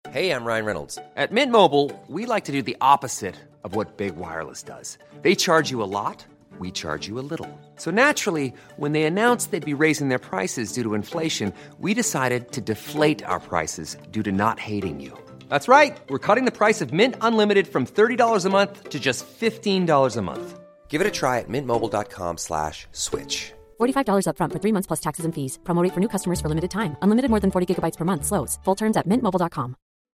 Hey, I'm Ryan Reynolds. At Mint Mobile, we like to do the opposite of what Big Wireless does. They charge you a lot, we charge you a little. So naturally, when they announced they'd be raising their prices due to inflation, we decided to deflate our prices due to not hating you. That's right. We're cutting the price of Mint Unlimited from $30 a month to just $15 a month. Give it a try at mintmobile.com/switch. $45 up front for 3 months plus taxes and fees. Promo rate for new customers for limited time. Unlimited more than 40 gigabytes per month. Slows full terms at mintmobile.com.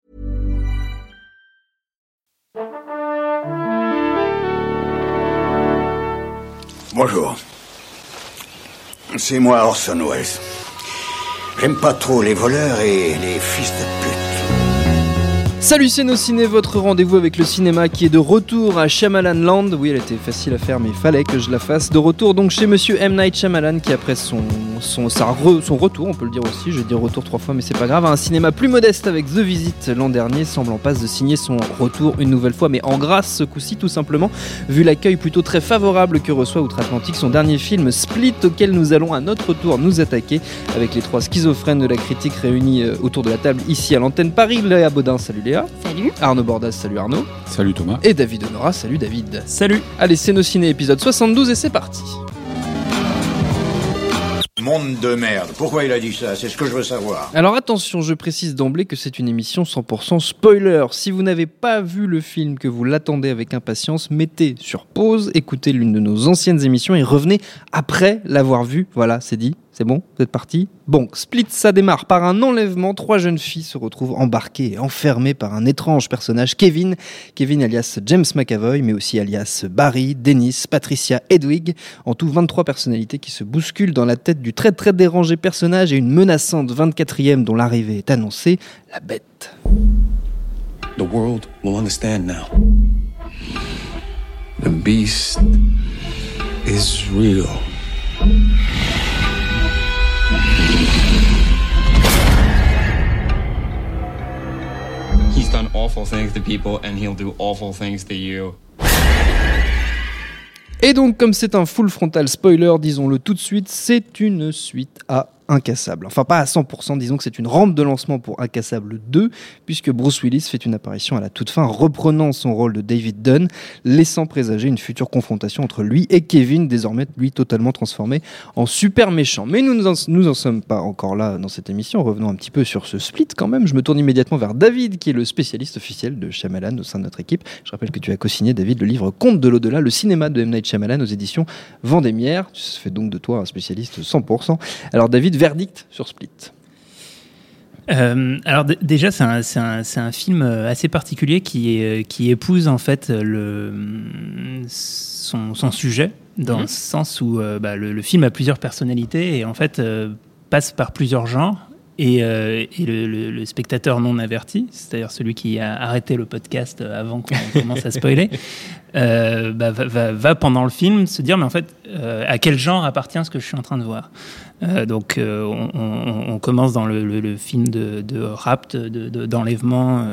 Bonjour. C'est moi Orson Welles. J'aime pas trop les voleurs et les fils de pute. Salut, c'est Nos Ciné, votre rendez-vous avec le cinéma qui est de retour à Shyamalan Land. Oui, elle était facile à faire, mais il fallait que je la fasse. De retour donc chez Monsieur M. Night Shyamalan, qui après son retour, on peut le dire aussi, je vais dire retour 3 fois, mais c'est pas grave, à un cinéma plus modeste avec The Visit l'an dernier, semble en passe de signer son retour une nouvelle fois, mais en grâce ce coup-ci tout simplement, vu l'accueil plutôt très favorable que reçoit outre-Atlantique son dernier film Split, auquel nous allons à notre tour nous attaquer avec les 3 schizophrènes de la critique réunis autour de la table ici à l'antenne Paris. Léa Baudin, salut Léa. Salut. Arnaud Bordas, salut Arnaud. Salut Thomas. Et David Honora, salut David. Salut. Allez, c'est Nos Ciné épisode 72 et c'est parti. Monde de merde. Pourquoi il a dit ça? C'est ce que je veux savoir. Alors attention, je précise d'emblée que c'est une émission 100% spoiler. Si vous n'avez pas vu le film, que vous l'attendez avec impatience, mettez sur pause, écoutez l'une de nos anciennes émissions et revenez après l'avoir vu. Voilà, c'est dit. C'est bon, vous êtes partis? Bon, Split, ça démarre par un enlèvement. 3 jeunes filles se retrouvent embarquées et enfermées par un étrange personnage, Kevin alias James McAvoy, mais aussi alias Barry, Dennis, Patricia, Hedwig. En tout, 23 personnalités qui se bousculent dans la tête du très très dérangé personnage et une menaçante 24e dont l'arrivée est annoncée, la Bête. The world will understand now. The beast is real. He's done awful things to people and he'll do awful things to you. Et donc, comme c'est un full frontal spoiler, disons-le tout de suite, c'est une suite à Incassable. Enfin, pas à 100%, disons que c'est une rampe de lancement pour Incassable 2, puisque Bruce Willis fait une apparition à la toute fin, reprenant son rôle de David Dunn, laissant présager une future confrontation entre lui et Kevin, désormais lui totalement transformé en super méchant. Mais nous en sommes pas encore là dans cette émission, revenons un petit peu sur ce Split quand même. Je me tourne immédiatement vers David, qui est le spécialiste officiel de Shyamalan au sein de notre équipe. Je rappelle que tu as co-signé, David, le livre Contes de l'au-delà, le cinéma de M. Night Shyamalan aux éditions Vendémiaire. Ça fait donc de toi un spécialiste 100%. Alors David, verdict sur Split. Alors déjà c'est un film assez particulier qui épouse en fait son sujet dans le sens où le film a plusieurs personnalités et en fait passe par plusieurs genres et le spectateur non averti, c'est-à-dire celui qui a arrêté le podcast avant qu'on commence à spoiler, va pendant le film se dire mais en fait à quel genre appartient ce que je suis en train de voir. Donc on commence dans le film de rapt, d'enlèvement,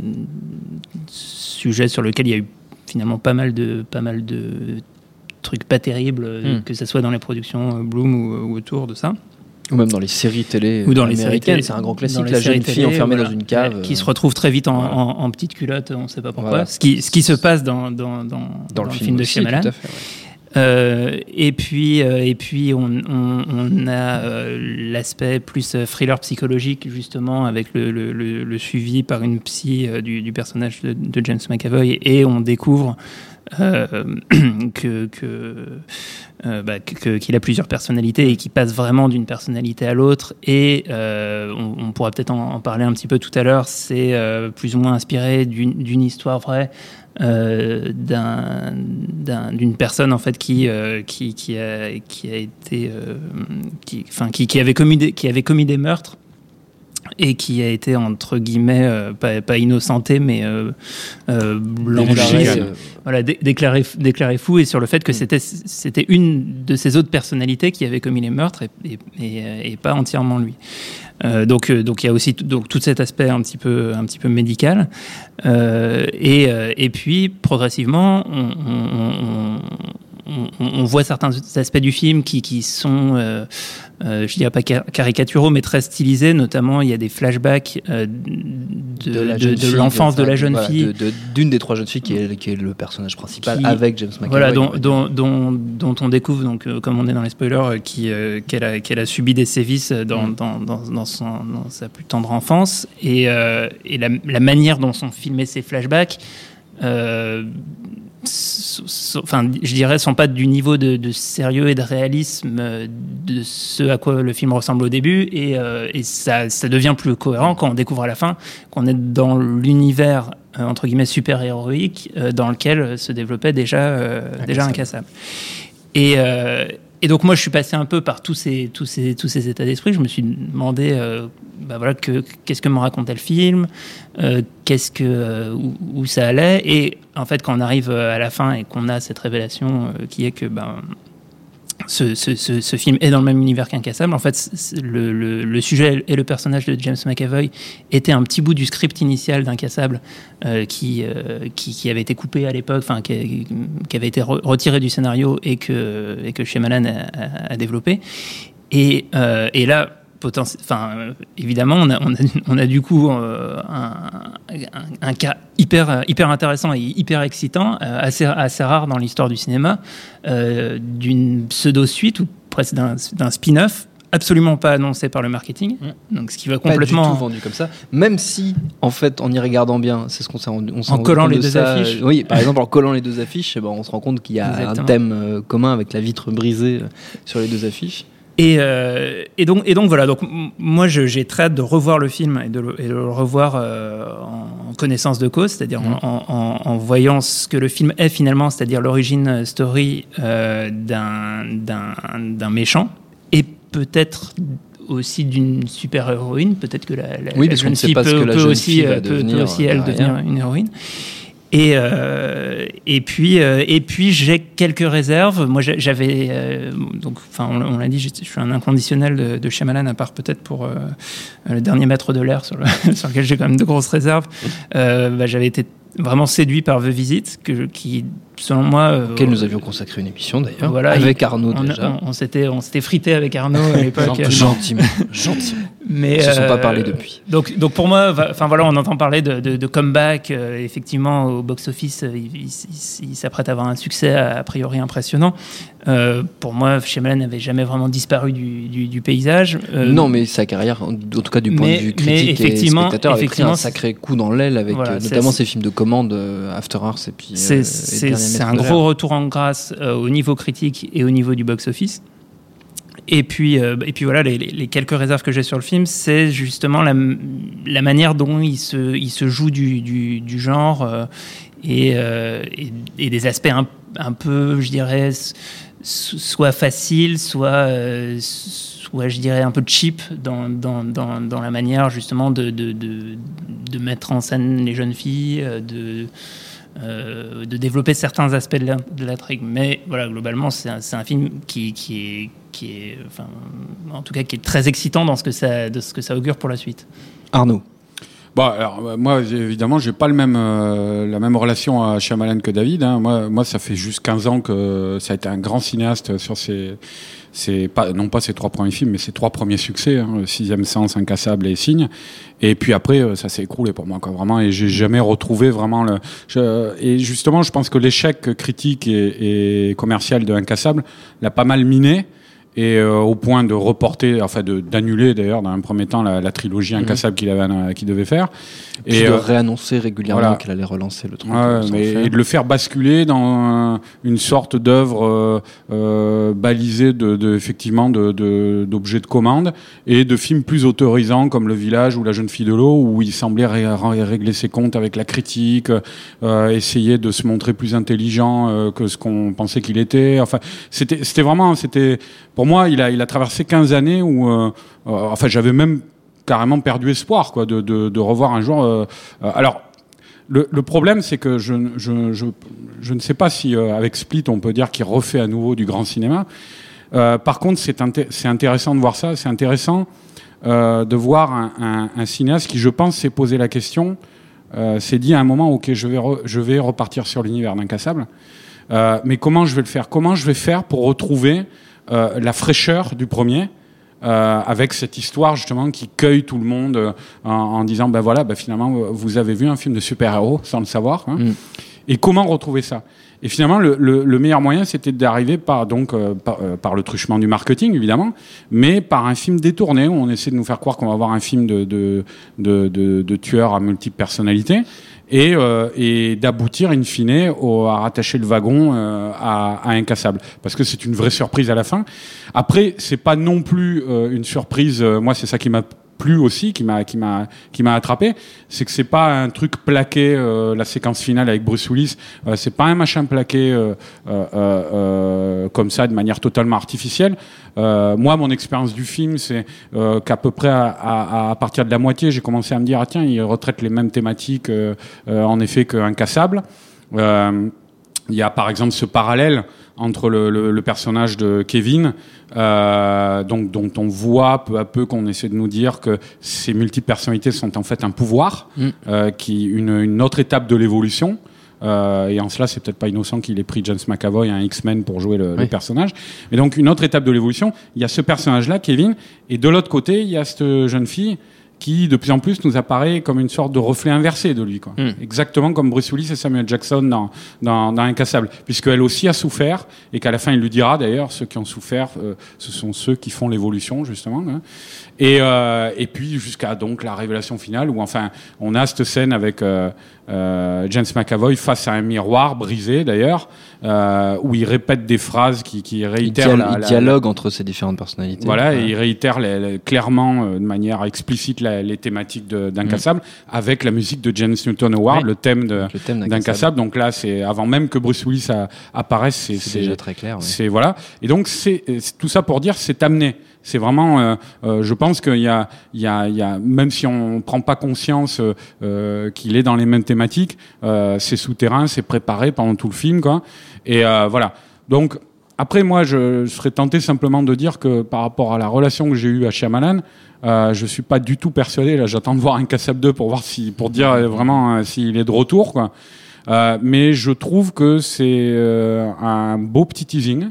sujet sur lequel il y a eu finalement pas mal de trucs pas terribles, que ce soit dans les productions Bloom ou autour de ça. Ou même dans les séries télé ou dans les américaines, séries télé, c'est un grand classique, la jeune fille enfermée dans une cave. Qui se retrouve très vite en petite culotte, on ne sait pas pourquoi. Voilà. Ce qui se passe dans le film de Shyamalan. Et puis on a l'aspect plus thriller psychologique justement avec le suivi par une psy du personnage de James McAvoy et on découvre qu'il a plusieurs personnalités et qu'il passe vraiment d'une personnalité à l'autre et on pourra peut-être en parler un petit peu tout à l'heure. C'est plus ou moins inspiré d'une histoire vraie d'une personne en fait qui avait commis des meurtres et qui a été entre guillemets pas innocenté mais blanchi, déclaré fou et sur le fait que c'était une de ses autres personnalités qui avait commis les meurtres et pas entièrement lui. Donc il y a aussi tout cet aspect un petit peu médical et puis progressivement on voit certains aspects du film qui sont, je dirais pas caricaturaux, mais très stylisés. Notamment, il y a des flashbacks de l'enfance de la jeune fille. D'une des 3 jeunes filles qui est le personnage principal avec James McAvoy. Voilà, dont on découvve, donc, comme on est dans les spoilers, qu'elle a subi des sévices dans sa plus tendre enfance. Et la manière dont sont filmés ces flashbacks, je dirais, sont pas du niveau de sérieux et de réalisme de ce à quoi le film ressemble au début, et ça devient plus cohérent quand on découvre à la fin qu'on est dans l'univers entre guillemets super héroïque dans lequel se développait déjà Incassable. Et donc moi je suis passé un peu par tous ces états d'esprit. Je me suis demandé qu'est-ce que me racontait le film, où ça allait, et en fait quand on arrive à la fin et qu'on a cette révélation qui est que ce film est dans le même univers qu'Incassable. En fait, le sujet et le personnage de James McAvoy étaient un petit bout du script initial d'Incassable qui avait été coupé à l'époque, qui avait été retiré du scénario et que Shyamalan a développé. Et là, évidemment, on a du coup un cas hyper intéressant et hyper excitant, assez rare dans l'histoire du cinéma, d'une pseudo-suite ou presque d'un spin-off absolument pas annoncé par le marketing, donc ce qui va complètement pas du tout vendu comme ça, même si en fait en y regardant bien, c'est ce qu'on s'est rendu en collant les deux affiches. Oui, par exemple en collant les 2 affiches, on se rend compte qu'il y a Exactement. Un thème commun avec la vitre brisée sur les 2 affiches. Et donc voilà. Donc moi j'ai très hâte de revoir le film et de le revoir en connaissance de cause, c'est-à-dire en voyant ce que le film est finalement, c'est-à-dire l'origine story d'un méchant, et peut-être aussi d'une super héroïne. Peut-être que la jeune fille peut aussi devenir une héroïne. Et puis j'ai quelques réserves. Moi j'avais on l'a dit, je suis un inconditionnel de Shyamalan, à part peut-être pour le dernier Maître de l'air sur lequel j'ai quand même de grosses réserves. J'avais été vraiment séduit par The Visit, qui selon moi auquel nous avions consacré une émission d'ailleurs, avec Arnaud. On s'était frité avec Arnaud à l'époque. gentiment. Mais ils se sont pas parlé depuis. Donc pour moi, on entend parler de comeback. Effectivement, au box-office, il s'apprête à avoir un succès a priori impressionnant. Pour moi, Shyamalan n'avait jamais vraiment disparu du paysage. Non, mais sa carrière, en tout cas du point de vue critique et spectateur, avait pris un sacré coup dans l'aile avec notamment ses films de commande, After Hours et puis. C'est un gros retour en grâce au niveau critique et au niveau du box-office. Et puis voilà, les quelques réserves que j'ai sur le film, c'est justement la manière dont il se joue du genre et des aspects un peu, je dirais, soit faciles, soit je dirais un peu cheap dans la manière justement de mettre en scène les jeunes filles, de développer certains aspects de l'intrigue. Mais voilà, globalement, c'est un film qui est en tout cas qui est très excitant de ce que ça augure pour la suite. Arnaud. Alors, moi, évidemment, j'ai pas la même relation à Shyamalan que David. Moi, ça fait juste 15 ans que ça a été un grand cinéaste sur non pas ses 3 premiers films, mais ses 3 premiers succès, Sixième Sens, Incassable et Signe. Et puis après, ça s'est écroulé pour moi, vraiment. Et j'ai jamais retrouvé vraiment et justement, je pense que l'échec critique et commercial de Incassable l'a pas mal miné. Et au point de reporter, d'annuler d'ailleurs dans un premier temps la trilogie Incassable qu'il devait faire. Et de réannoncer régulièrement qu'elle allait relancer le truc. Et de le faire basculer dans une sorte d'œuvre balisée effectivement d'objets de commande et de films plus autorisants comme Le Village ou La Jeune Fille de l'eau, où il semblait régler ses comptes avec la critique, essayer de se montrer plus intelligent que ce qu'on pensait qu'il était. C'était vraiment pour moi, il a traversé 15 années où, j'avais même carrément perdu espoir, de revoir un jour. Alors, le problème, c'est que je ne sais pas si avec Split, on peut dire qu'il refait à nouveau du grand cinéma. Par contre, c'est intéressant de voir ça. C'est intéressant de voir un cinéaste qui, je pense, s'est posé la question, s'est dit à un moment, ok, je vais repartir sur l'univers d'Incassable. Mais comment je vais le faire ? Comment je vais faire pour retrouver la fraîcheur du premier ? Avec cette histoire justement qui cueille tout le monde en disant finalement vous avez vu un film de super-héros sans le savoir, hein. Et comment retrouver ça ? Et finalement le meilleur moyen c'était d'arriver par le truchement du marketing évidemment, mais par un film détourné où on essaie de nous faire croire qu'on va avoir un film de tueurs à multiples personnalités et d'aboutir in fine à rattacher le wagon à Incassable, parce que c'est une vraie surprise à la fin. Après c'est pas non plus une surprise, moi c'est ça qui m'a plu aussi, qui m'a attrapé, c'est que c'est pas un truc plaqué, la séquence finale avec Bruce Willis, c'est pas un machin plaqué comme ça de manière totalement artificielle. Moi mon expérience du film c'est qu'à peu près à partir de la moitié j'ai commencé à me dire tiens, il retraite les mêmes thématiques en effet qu'Incassable. Il y a par exemple ce parallèle entre le personnage de Kevin, dont on voit peu à peu qu'on essaie de nous dire que ces multiples personnalités sont en fait un pouvoir, qui une autre étape de l'évolution. Et en cela, c'est peut-être pas innocent qu'il ait pris James McAvoy, un X-Men, pour jouer le personnage. Mais donc, une autre étape de l'évolution, il y a ce personnage-là, Kevin, et de l'autre côté, il y a cette jeune fille qui, de plus en plus, nous apparaît comme une sorte de reflet inversé de lui, quoi. Exactement comme Bruce Willis et Samuel Jackson dans Incassable, puisqu'elle aussi a souffert, et qu'à la fin, il lui dira, d'ailleurs, ceux qui ont souffert, ce sont ceux qui font l'évolution, justement, hein. Et puis, jusqu'à donc la révélation finale, où enfin, on a cette scène avec James McAvoy face à un miroir brisé, d'ailleurs, où il répète des phrases qui réitèrent il dialogue entre ces différentes personnalités. Voilà, et il réitère clairement, de manière explicite, les thématiques d'Incassable, avec la musique de James Newton Howard, le thème d'Incassable. Donc là, c'est avant même que Bruce Willis apparaisse, c'est déjà très clair. C'est voilà. Et donc c'est tout ça pour dire, c'est amené. C'est vraiment, je pense qu'il y a, même si on prend pas conscience qu'il est dans les mêmes thématiques, c'est souterrain, c'est préparé pendant tout le film, quoi. Et voilà. Donc après, moi, je serais tenté simplement de dire que par rapport à la relation que j'ai eue à Shyamalan, je suis pas du tout persuadé. Là, j'attends de voir Incassable 2 pour dire vraiment s'il est de retour, quoi. Mais je trouve que c'est un beau petit teasing.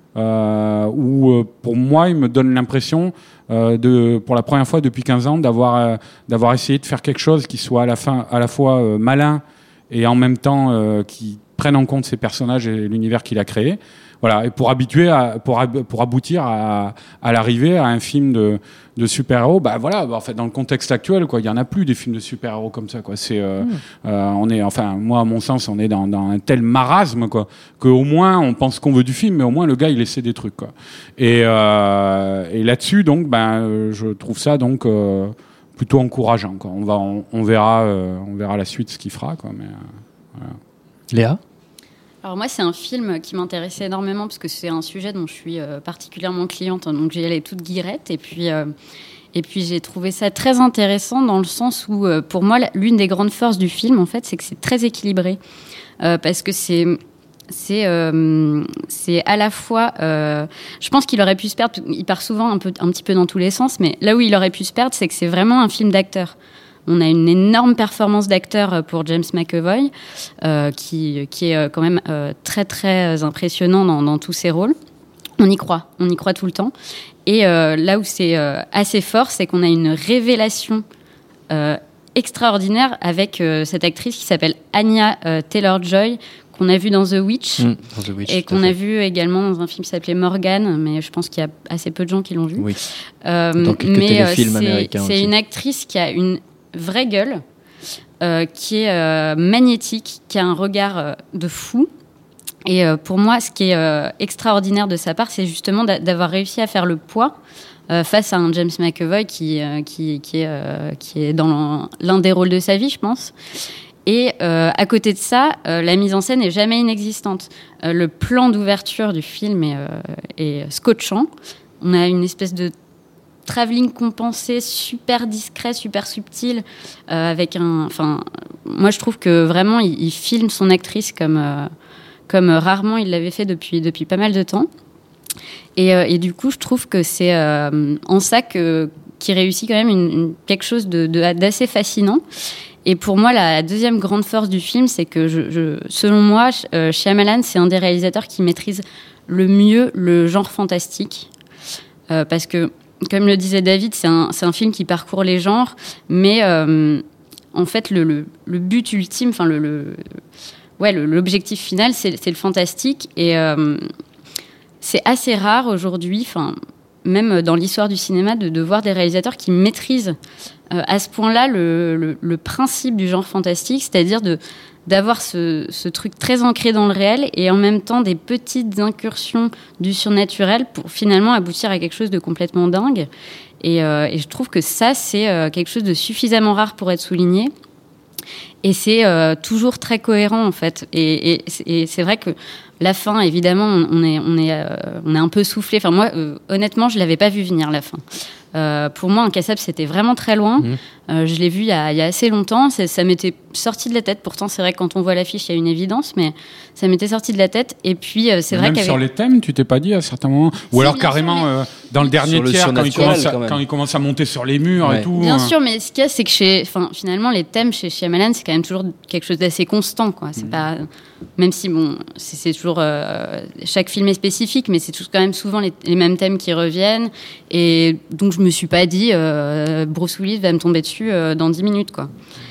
Où pour moi il me donne l'impression pour la première fois depuis 15 ans d'avoir essayé de faire quelque chose qui soit à la fois malin et en même temps qui prenne en compte ses personnages et l'univers qu'il a créé. Voilà, et pour aboutir à l'arrivée à un film de super-héros, en fait, dans le contexte actuel, quoi, il y en a plus des films de super-héros comme ça, quoi. C'est, moi, à mon sens, on est dans un tel marasme, quoi, qu'au moins, on pense qu'on veut du film, mais au moins, le gars, il essaie des trucs, quoi. Et là-dessus, donc, je trouve ça, donc, plutôt encourageant, quoi. On verra la suite, ce qu'il fera, quoi, mais, voilà. Léa? Alors moi, c'est un film qui m'intéressait énormément parce que c'est un sujet dont je suis particulièrement cliente, donc j'y allais toute guirette. Et puis j'ai trouvé ça très intéressant dans le sens où, pour moi, l'une des grandes forces du film, en fait, c'est que c'est très équilibré. Parce que c'est à la fois... je pense qu'il aurait pu se perdre, il part souvent un petit peu dans tous les sens, mais là où il aurait pu se perdre, c'est que c'est vraiment un film d'acteur. On a une énorme performance d'acteur pour James McAvoy, qui est quand même très très impressionnant dans tous ses rôles. On y croit tout le temps. Et là où c'est assez fort, c'est qu'on a une révélation extraordinaire avec cette actrice qui s'appelle Anya Taylor-Joy, qu'on a vue dans The Witch, et qu'on a vu également dans un film qui s'appelait Morgan, mais je pense qu'il y a assez peu de gens qui l'ont vu. Oui. Dans quelques téléfilms américains c'est aussi. une actrice qui a une vraie gueule, qui est magnétique, qui a un regard de fou. Et pour moi, ce qui est extraordinaire de sa part, c'est justement d'avoir réussi à faire le poids face à un James McAvoy qui est dans l'un des rôles de sa vie, je pense. Et à côté de ça, la mise en scène n'est jamais inexistante. Le plan d'ouverture du film est scotchant. On a une espèce de travelling compensé, super discret, super subtil, avec moi je trouve que vraiment il filme son actrice comme rarement il l'avait fait depuis pas mal de temps. Et du coup, je trouve que c'est en ça qu'il réussit quand même quelque chose d'assez fascinant. Et pour moi, la deuxième grande force du film, c'est que selon moi, Shyamalan, c'est un des réalisateurs qui maîtrise le mieux le genre fantastique. Parce que, comme le disait David, c'est un film qui parcourt les genres, mais en fait, le but ultime, enfin l'objectif final, c'est le fantastique. Et c'est assez rare aujourd'hui, même dans l'histoire du cinéma, de voir des réalisateurs qui maîtrisent à ce point-là le principe du genre fantastique, c'est-à-dire d'avoir ce truc très ancré dans le réel et en même temps des petites incursions du surnaturel pour finalement aboutir à quelque chose de complètement dingue. Et je trouve que ça, c'est quelque chose de suffisamment rare pour être souligné. Et c'est toujours très cohérent, en fait. Et c'est vrai que la fin, évidemment, on est un peu soufflé. Enfin, moi, honnêtement, je l'avais pas vu venir, la fin. Pour moi, Incassable, c'était vraiment très loin. Je l'ai vu il y a assez longtemps. Ça m'était sorti de la tête. Pourtant, c'est vrai que quand on voit l'affiche, il y a une évidence, mais ça m'était sorti de la tête. Et puis, c'est vrai même sur les thèmes, tu t'es pas dit à certains moments, ou alors carrément dans le dernier tiers, quand il commence à monter sur les murs et tout. Bien sûr, mais ce qu'il y a, c'est que finalement, les thèmes chez Shyamalan, c'est quand même toujours quelque chose d'assez constant, quoi. C'est pas, même si bon, c'est toujours chaque film est spécifique, mais c'est toujours quand même souvent les mêmes thèmes qui reviennent. Et donc, je me suis pas dit Bruce Willis va me tomber dessus dans 10 minutes, quoi.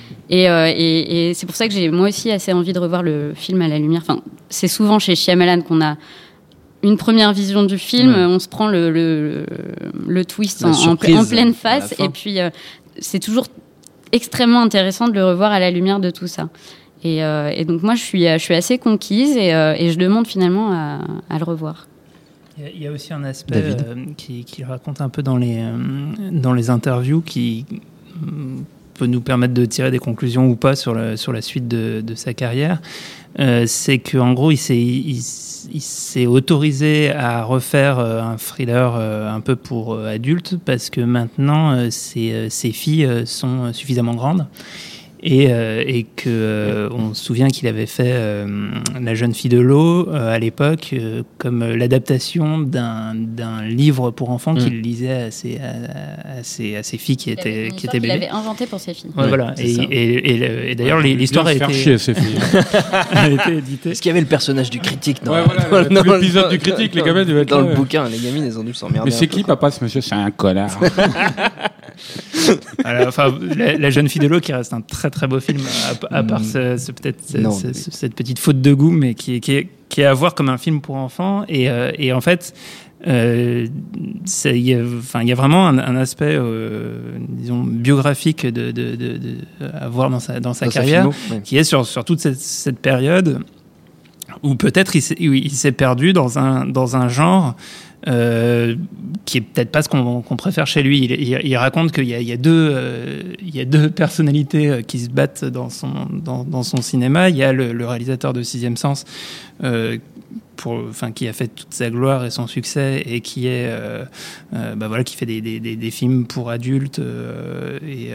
Et c'est pour ça que j'ai moi aussi assez envie de revoir le film à la lumière. Enfin, c'est souvent chez Shyamalan qu'on a une première vision du film, on se prend le twist en pleine face, et puis c'est toujours extrêmement intéressant de le revoir à la lumière de tout ça. Et donc moi, je suis assez conquise et je demande finalement à le revoir. Il y a aussi un aspect qu'il raconte un peu dans les interviews qui peut nous permettre de tirer des conclusions ou pas sur la suite de sa carrière. C'est qu'en gros, il s'est autorisé à refaire un thriller un peu pour adultes parce que maintenant, ses filles sont suffisamment grandes. Et que on se souvient qu'il avait fait La jeune fille de l'eau à l'époque comme l'adaptation d'un livre pour enfants qu'il lisait à ses filles qui étaient bébés. Il avait inventé pour ses filles. Ouais, voilà. Et d'ailleurs l'histoire a été chier ses filles. a été éditée. Est-ce qu'il y avait le personnage du critique dans l'épisode du critique, les gamins devaient être dans le bouquin, les gamines elles ont dû s'emmerder. Mais c'est qui papa ce monsieur? C'est un connard. Alors, enfin, la jeune fille de l'eau qui reste un très très beau film à part cette petite faute de goût, mais qui est à voir comme un film pour enfants et en fait il y a vraiment un aspect disons biographique à voir dans sa carrière qui est sur toute cette période où peut-être il s'est perdu dans un genre qui est peut-être pas ce qu'on préfère chez lui. Il raconte qu'il y a deux personnalités qui se battent dans son cinéma. Il y a le réalisateur de Sixième Sens qui a fait toute sa gloire et son succès et qui est qui fait des films pour adultes et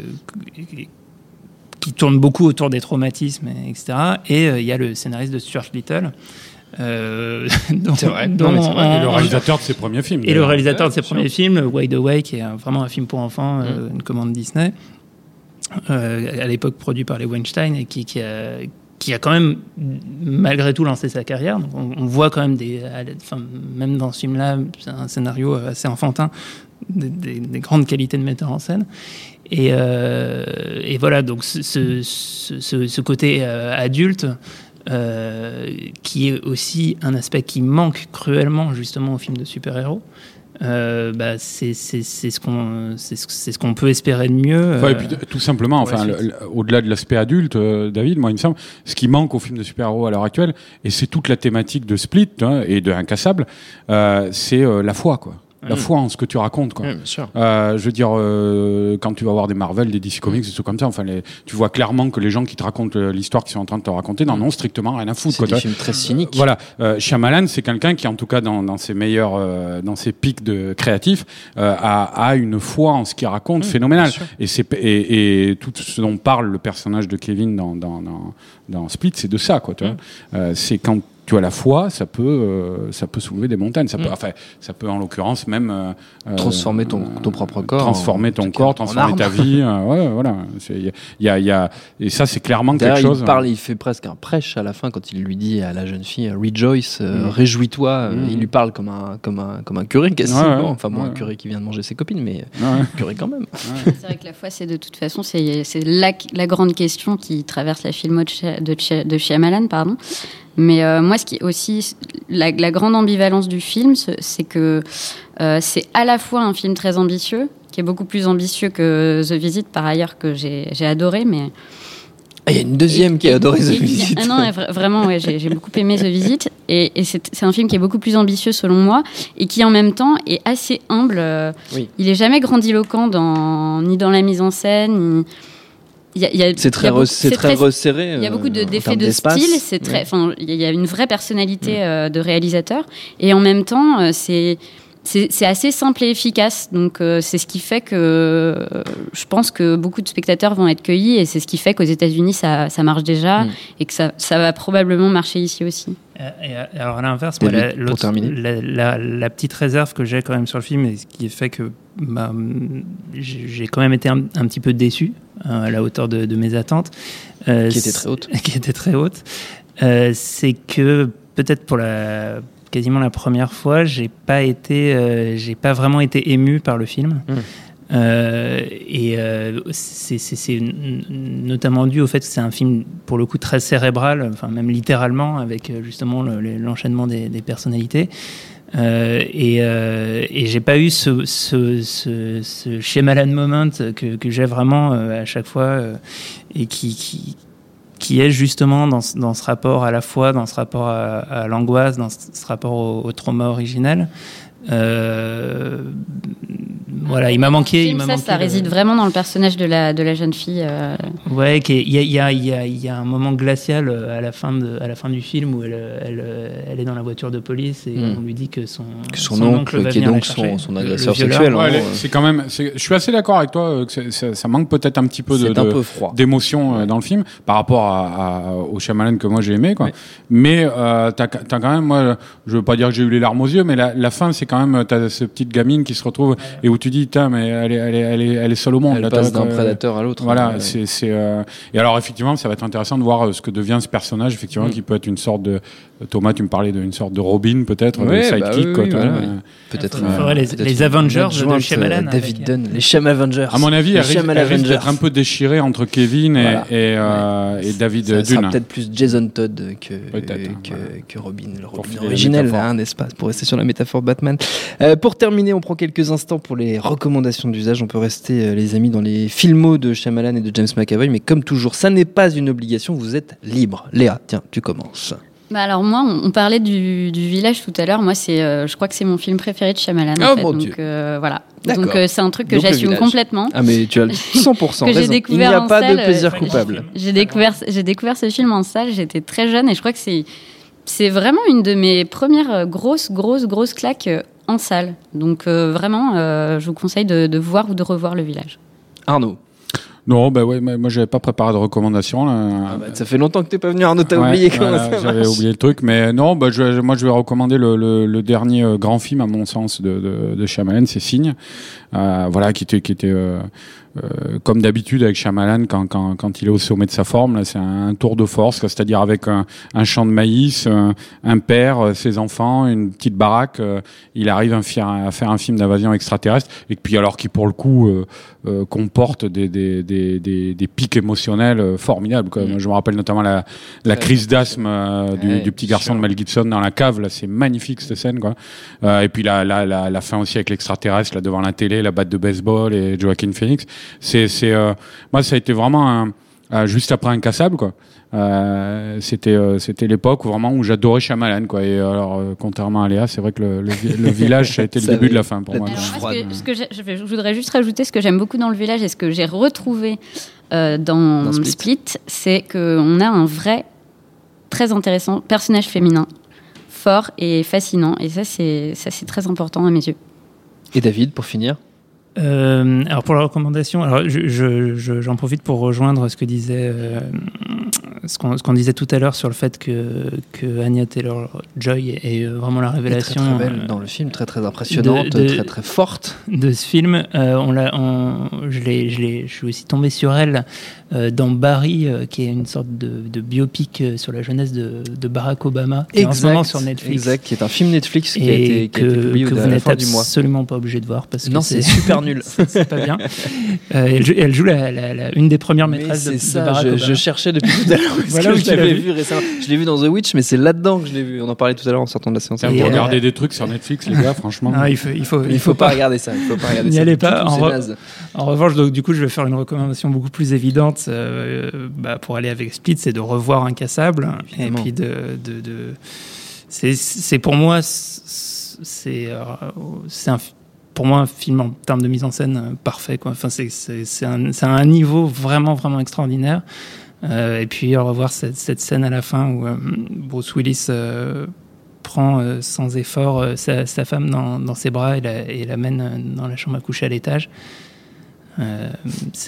qui tourne beaucoup autour des traumatismes, etc. Et il y a le scénariste de Stuart Little. C'est vrai. Et le réalisateur de ses premiers films. Et le réalisateur de ses premiers films, Wide Awake, qui est vraiment un film pour enfants, une commande Disney, à l'époque produit par les Weinstein, et qui a quand même, malgré tout, lancé sa carrière. Donc on voit quand même même dans ce film-là, c'est un scénario assez enfantin, des grandes qualités de metteur en scène. Et voilà, donc ce côté adulte, qui est aussi un aspect qui manque cruellement justement au film de super-héros. C'est ce qu'on peut espérer de mieux. Et puis tout simplement, au-delà de l'aspect adulte, David, moi il me semble, ce qui manque au film de super-héros à l'heure actuelle, et c'est toute la thématique de Split et de Incassable, c'est la foi, quoi. La foi en ce que tu racontes, quoi. Bien sûr. Je veux dire, quand tu vas voir des Marvel, des DC Comics, des trucs comme ça, tu vois clairement que les gens qui te racontent l'histoire qu'ils sont en train de te raconter n'en ont strictement rien à foutre. C'est des films très cyniques. Voilà. Shyamalan, c'est quelqu'un qui, en tout cas, dans ses meilleurs, dans ses pics de créatifs, a une foi en ce qu'il raconte phénoménale. Et tout ce dont parle le personnage de Kevin dans Split, c'est de ça, quoi. Tu vois. C'est quand tu vois, la foi, ça peut soulever des montagnes. Ça peut en l'occurrence même transformer ton propre corps, transformer ta vie. Voilà. Et ça, c'est clairement quelque chose. Il fait presque un prêche à la fin quand il lui dit à la jeune fille Rejoice, réjouis-toi. Il lui parle comme un curé quasiment. Un curé qui vient de manger ses copines, mais curé quand même. C'est vrai que la foi, c'est de toute façon, c'est la grande question qui traverse la filmo de Shyamalan, pardon. Mais moi, ce qui est aussi la grande ambivalence du film, c'est que c'est à la fois un film très ambitieux, qui est beaucoup plus ambitieux que The Visit, par ailleurs, que j'ai adoré, mais... Il y a une deuxième qui a adoré The Visit. Non, vraiment, j'ai beaucoup aimé The Visit. Et c'est un film qui est beaucoup plus ambitieux, selon moi, et qui, en même temps, est assez humble. Il n'est jamais grandiloquent ni dans la mise en scène, c'est très resserré. Il y a beaucoup d'effets de style. Il y a une vraie personnalité de réalisateur. Et en même temps, c'est assez simple et efficace. Donc, c'est ce qui fait que je pense que beaucoup de spectateurs vont être cueillis. Et c'est ce qui fait qu'aux États-Unis, ça marche déjà. Et que ça va probablement marcher ici aussi. Et alors, à l'inverse, moi, la petite réserve que j'ai quand même sur le film, et ce qui fait que j'ai quand même été un petit peu déçu à la hauteur de mes attentes. Qui était très haute. C'est que peut-être pour quasiment la première fois, j'ai pas vraiment été ému par le film. C'est notamment dû au fait que c'est un film pour le coup très cérébral, enfin même littéralement, avec justement l'enchaînement des personnalités. Et j'ai pas eu ce Shyamalan moment que j'ai vraiment à chaque fois et qui est justement dans ce rapport à la foi, dans ce rapport à l'angoisse, dans ce rapport au trauma originel. Voilà, il m'a manqué. Ça réside vraiment dans le personnage de la jeune fille. Ouais, il y a un moment glacial à la fin du film où elle est dans la voiture de police et on lui dit que son oncle va qui est venir donc son agresseur sexuel. C'est quand même. Je suis assez d'accord avec toi que ça manque peut-être un petit peu d'émotion dans le film par rapport au Shyamalan que moi j'ai aimé, quoi. Ouais. Mais t'as quand même, moi, je veux pas dire que j'ai eu les larmes aux yeux, mais la fin, c'est quand même, t'as cette petite gamine qui se retrouve et où tu dis, mais elle est seule au monde. Elle passe d'un prédateur à l'autre. Voilà, et alors effectivement, ça va être intéressant de voir ce que devient ce personnage, effectivement, qui peut être une sorte de. Thomas, tu me parlais d'une sorte de Robin, peut-être, de sidekick, quoi. Peut-être. Les Avengers de Shyamalan. David Dunn, les Shyamalan. À mon avis, elle risque d'être un peu déchirée entre Kevin et David Dunn. Ça sera peut-être plus Jason Todd que Robin. Le Robin originel, n'est-ce pas, pour rester sur la métaphore Batman. Pour terminer, on prend quelques instants pour les recommandations d'usage. On peut rester, les amis, dans les filmos de Shyamalan et de James McAvoy, mais comme toujours, ça n'est pas une obligation, vous êtes libre. Léa, tiens, tu commences. Alors moi, on parlait du village tout à l'heure. Moi, je crois que c'est mon film préféré de Shyamalan. Mon Dieu. Donc voilà. Donc c'est un truc que j'assume complètement. Ah mais tu as 100% raison. Il n'y a pas de plaisir coupable. J'ai découvert ce film en salle. J'étais très jeune et je crois que c'est vraiment une de mes premières grosses claques en salle. Donc vraiment, je vous conseille de voir ou de revoir Le Village. Non, Arnaud. moi j'avais pas préparé de recommandations. Ça fait longtemps que t'es pas venu, Arnaud, t'as oublié comment ça marche. J'avais oublié le truc, mais non, moi je vais recommander le dernier grand film à mon sens de Shyamalan, c'est Signe, qui était comme d'habitude avec Shyamalan quand il est au sommet de sa forme, là c'est un tour de force, c'est-à-dire avec un champ de maïs, un père, ses enfants, une petite baraque, il arrive à faire un film d'invasion extraterrestre et puis alors qui pour le coup comporte des pics émotionnels formidables, quoi. Moi, je me rappelle notamment la crise d'asthme du petit garçon de Mel Gibson dans la cave, là c'est magnifique cette scène, quoi. Et puis la fin aussi avec l'extraterrestre là devant la télé, la batte de baseball et Joaquin Phoenix. Moi ça a été vraiment juste après Incassable, quoi. C'était l'époque où j'adorais Shyamalan, quoi. Et alors contrairement à Léa, c'est vrai que le Village ça a été le début de la fin pour moi. Je voudrais juste rajouter ce que j'aime beaucoup dans Le Village et ce que j'ai retrouvé dans Split, c'est qu'on a un vrai très intéressant personnage féminin fort et fascinant, et ça c'est très important à mes yeux. Et David, pour finir? Alors pour la recommandation, j'en profite pour rejoindre ce que disait ce qu'on disait tout à l'heure sur le fait que Anya Taylor-Joy est vraiment la révélation très belle dans le film, très très impressionnante, très très forte de ce film. Je suis aussi tombé sur elle dans Barry, qui est une sorte de biopic sur la jeunesse de Barack Obama, qui est en ce moment sur Netflix. Exact, qui est un film Netflix qui a été publié que à vous la n'êtes fin du mois. Absolument pas obligé de voir parce que non, c'est super nul. C'est pas bien. Elle joue une des premières maîtresses de Barack Obama. Je cherchais depuis tout à l'heure. Voilà, je l'avais vu récemment. Je l'ai vu dans The Witch, mais c'est là-dedans que je l'ai vu. On en parlait tout à l'heure en sortant de la séance. Vous regardez des trucs sur Netflix, les gars, franchement. Non, il faut pas regarder ça. Il faut pas regarder ça. N'y allez pas. En revanche, donc, du coup, je vais faire une recommandation beaucoup plus évidente pour aller avec Split, c'est de revoir Incassable. Évidemment. Et puis c'est pour moi, pour moi un film en termes de mise en scène parfait, quoi. Enfin, c'est un niveau vraiment vraiment extraordinaire. Et puis revoir cette scène à la fin où Bruce Willis prend sans effort sa femme dans ses bras et l'amène dans la chambre à coucher à l'étage. Ce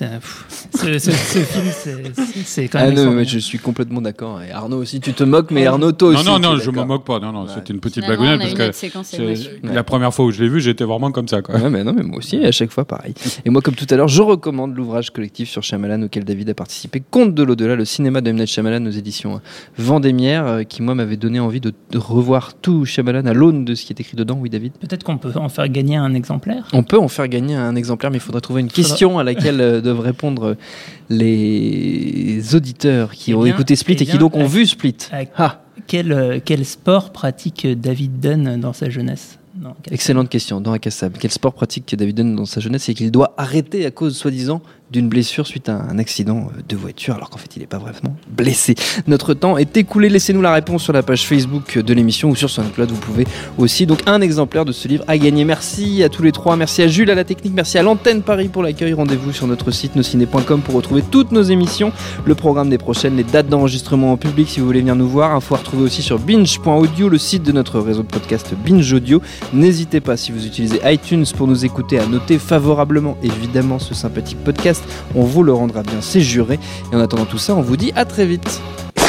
film, c'est quand même. Non, mais je suis complètement d'accord. Et Arnaud aussi, tu te moques, mais Arnaud, toi aussi. Non, je me moque pas. Non, c'était une petite blagounette parce que la première fois où je l'ai vu, j'étais vraiment comme ça, quoi. Ouais, mais moi aussi, à chaque fois, pareil. Et moi, comme tout à l'heure, je recommande l'ouvrage collectif sur Shyamalan auquel David a participé, Conte de l'au-delà, le cinéma de M. Night Shyamalan aux éditions Vendémiaire, qui moi m'avait donné envie de revoir tout Shyamalan à l'aune de ce qui est écrit dedans. Oui, David. Peut-être qu'on peut en faire gagner un exemplaire. On peut en faire gagner un exemplaire, mais il faudrait trouver une question à laquelle doivent répondre les auditeurs qui ont écouté Split et qui donc ont vu Split. Quel sport pratique David Dunn dans sa jeunesse? Excellente question, dans Incassable. Quel sport pratique David Dunn dans sa jeunesse et qu'il doit arrêter à cause, soi-disant, d'une blessure suite à un accident de voiture, alors qu'en fait il n'est pas vraiment blessé. Notre temps est écoulé, laissez-nous la réponse sur la page Facebook de l'émission ou sur SoundCloud, vous pouvez aussi. Donc un exemplaire de ce livre à gagner. Merci à tous les trois, merci à Jules à la technique, merci à l'antenne Paris pour l'accueil. Rendez-vous sur notre site nosciné.com pour retrouver toutes nos émissions, le programme des prochaines, les dates d'enregistrement en public si vous voulez venir nous voir. Info à retrouver aussi sur binge.audio, le site de notre réseau de podcast Binge Audio. N'hésitez pas, si vous utilisez iTunes pour nous écouter, à noter favorablement évidemment ce sympathique podcast. On vous le rendra bien, c'est juré. Et en attendant tout ça, on vous dit à très vite.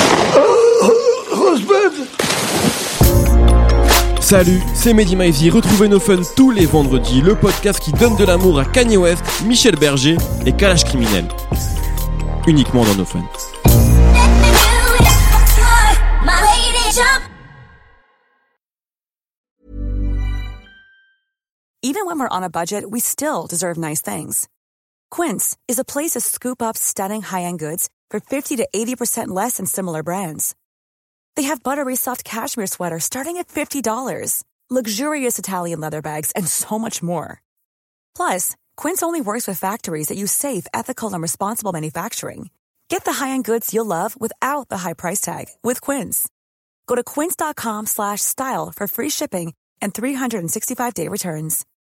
Salut, c'est Mehdi Maizy. Retrouvez No Fun tous les vendredis, le podcast qui donne de l'amour à Kanye West, Michel Berger et Kalash Criminel. Uniquement dans No Fun. Even when we're on a budget, we still deserve nice things. Quince is a place to scoop up stunning high-end goods for 50 to 80% less than similar brands. They have buttery soft cashmere sweaters starting at $50, luxurious Italian leather bags, and so much more. Plus, Quince only works with factories that use safe, ethical, and responsible manufacturing. Get the high-end goods you'll love without the high price tag with Quince. Go to quince.com/style for free shipping and 365-day returns.